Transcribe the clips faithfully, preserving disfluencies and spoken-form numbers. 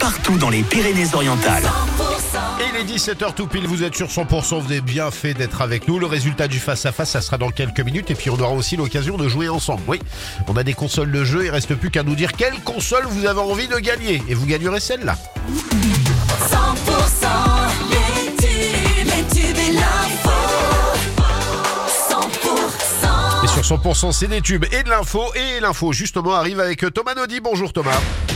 partout dans les Pyrénées-Orientales. Et il est dix-sept heures tout pile, vous êtes sur cent pour cent, vous avez bien fait d'être avec nous. Le résultat du face-à-face, ça sera dans quelques minutes et puis on aura aussi l'occasion de jouer ensemble. Oui, on a des consoles de jeu, il reste plus qu'à nous dire quelle console vous avez envie de gagner. Et vous gagnerez celle-là. cent pour cent les tubes, les tubes et l'info. cent pour cent. Et sur cent pour cent, c'est des tubes et de l'info. Et l'info, justement, arrive avec Thomas Naudy. Bonjour Thomas.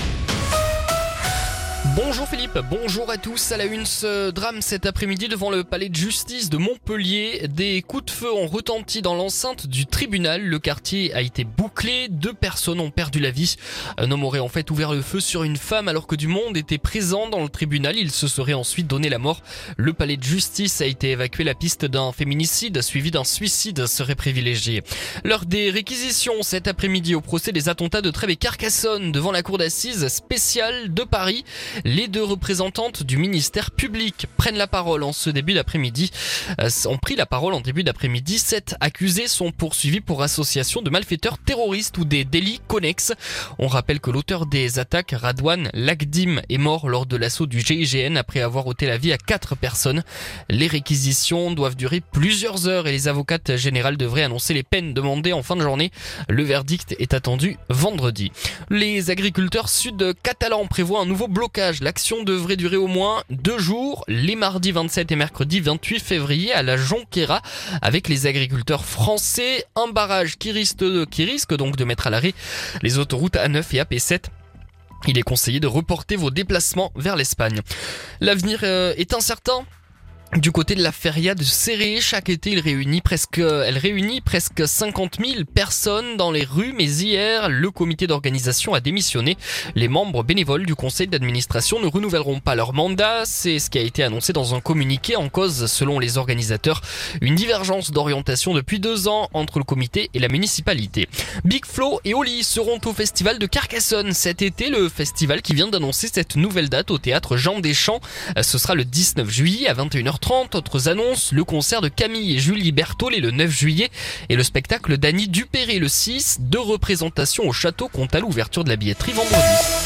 Bonjour Philippe, bonjour à tous. À la une, ce drame cet après-midi devant le palais de justice de Montpellier. Des coups de feu ont retenti dans l'enceinte du tribunal. Le quartier a été bouclé. Deux personnes ont perdu la vie. Un homme aurait en fait ouvert le feu sur une femme alors que du monde était présent dans le tribunal. Il se serait ensuite donné la mort. Le palais de justice a été évacué. La piste d'un féminicide suivi d'un suicide serait privilégiée. L'heure des réquisitions cet après-midi au procès des attentats de Trèbes et Carcassonne devant la cour d'assises spéciale de Paris. Les deux représentantes du ministère public prennent la parole en ce début d'après-midi. Euh, ont pris la parole en début d'après-midi. Sept accusés sont poursuivis pour association de malfaiteurs terroristes ou des délits connexes. On rappelle que l'auteur des attaques, Radouane Lagdim, est mort lors de l'assaut du G I G N après avoir ôté la vie à quatre personnes. Les réquisitions doivent durer plusieurs heures et les avocates générales devraient annoncer les peines demandées en fin de journée. Le verdict est attendu vendredi. Les agriculteurs sud-catalans prévoient un nouveau blocage. L'action devrait durer au moins deux jours, les mardis vingt-sept et mercredi vingt-huit février à la Jonquera, avec les agriculteurs français. Un barrage qui risque, de, qui risque donc de mettre à l'arrêt les autoroutes A neuf et A P sept. Il est conseillé de reporter vos déplacements vers l'Espagne. L'avenir euh, est incertain. Du côté de la feria de Céré, chaque été, il réunit presque, elle réunit presque cinquante mille personnes dans les rues, mais hier, le comité d'organisation a démissionné. Les membres bénévoles du conseil d'administration ne renouvelleront pas leur mandat. C'est ce qui a été annoncé dans un communiqué. En cause, selon les organisateurs, une divergence d'orientation depuis deux ans entre le comité et la municipalité. Big Flo et Oli seront au festival de Carcassonne cet été. Le festival qui vient d'annoncer cette nouvelle date au théâtre Jean Deschamps. Ce sera le dix-neuf juillet à vingt et une heures trente. Autres annonces, le concert de Camille et Julie Berthollet le neuf juillet et le spectacle d'Annie Dupéré le six. Deux représentations au château comptent à l'ouverture de la billetterie vendredi.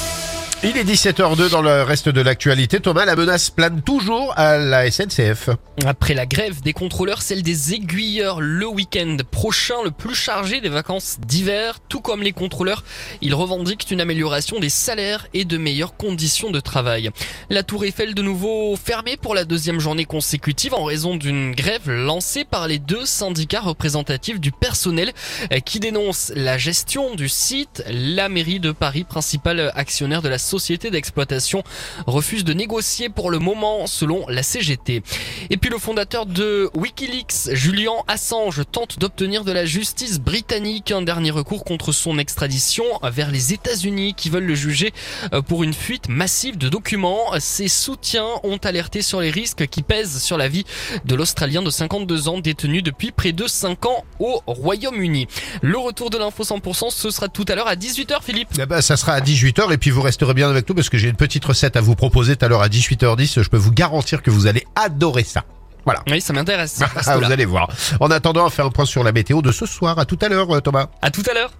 Il est dix-sept heures deux dans le reste de l'actualité. Thomas, la menace plane toujours à la S N C F. Après la grève des contrôleurs, celle des aiguilleurs le week-end prochain, le plus chargé des vacances d'hiver. Tout comme les contrôleurs, ils revendiquent une amélioration des salaires et de meilleures conditions de travail. La Tour Eiffel de nouveau fermée pour la deuxième journée consécutive en raison d'une grève lancée par les deux syndicats représentatifs du personnel qui dénoncent la gestion du site. La mairie de Paris, principal actionnaire de la société d'exploitation, refuse de négocier pour le moment selon la C G T. Et puis le fondateur de Wikileaks, Julian Assange, tente d'obtenir de la justice britannique un dernier recours contre son extradition vers les États-Unis qui veulent le juger pour une fuite massive de documents. Ses soutiens ont alerté sur les risques qui pèsent sur la vie de l'Australien de cinquante-deux ans détenu depuis près de cinq ans au Royaume-Uni. Le retour de l'info cent pour cent, ce sera tout à l'heure à dix-huit heures, Philippe. Eh ben, ça sera à dix-huit heures et puis vous resterez bien avec nous parce que j'ai une petite recette à vous proposer tout à l'heure à dix-huit heures dix. Je peux vous garantir que vous allez adorer ça. Voilà. Oui, ça m'intéresse. Ah, vous allez voir. En attendant, on va faire un point sur la météo de ce soir. À tout à l'heure, Thomas. À tout à l'heure.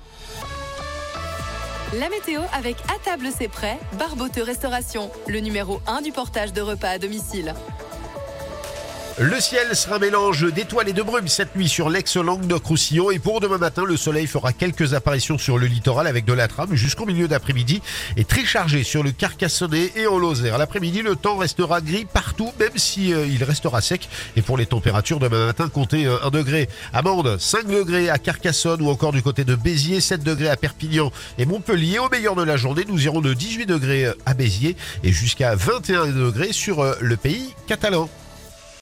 La météo avec À table c'est prêt, Barboteux Restauration, le numéro un du portage de repas à domicile. Le ciel sera un mélange d'étoiles et de brumes cette nuit sur l'ex-Languedoc-Roussillon et pour demain matin, le soleil fera quelques apparitions sur le littoral avec de la trame jusqu'au milieu d'après-midi et très chargé sur le Carcassonnais et en Lozère. L'après-midi, le temps restera gris partout, même si euh, il restera sec. Et pour les températures, demain matin, comptez euh, un degré à Mende, cinq degrés à Carcassonne ou encore du côté de Béziers, sept degrés à Perpignan et Montpellier. Au meilleur de la journée, nous irons de dix-huit degrés à Béziers et jusqu'à vingt et un degrés sur euh, le pays catalan.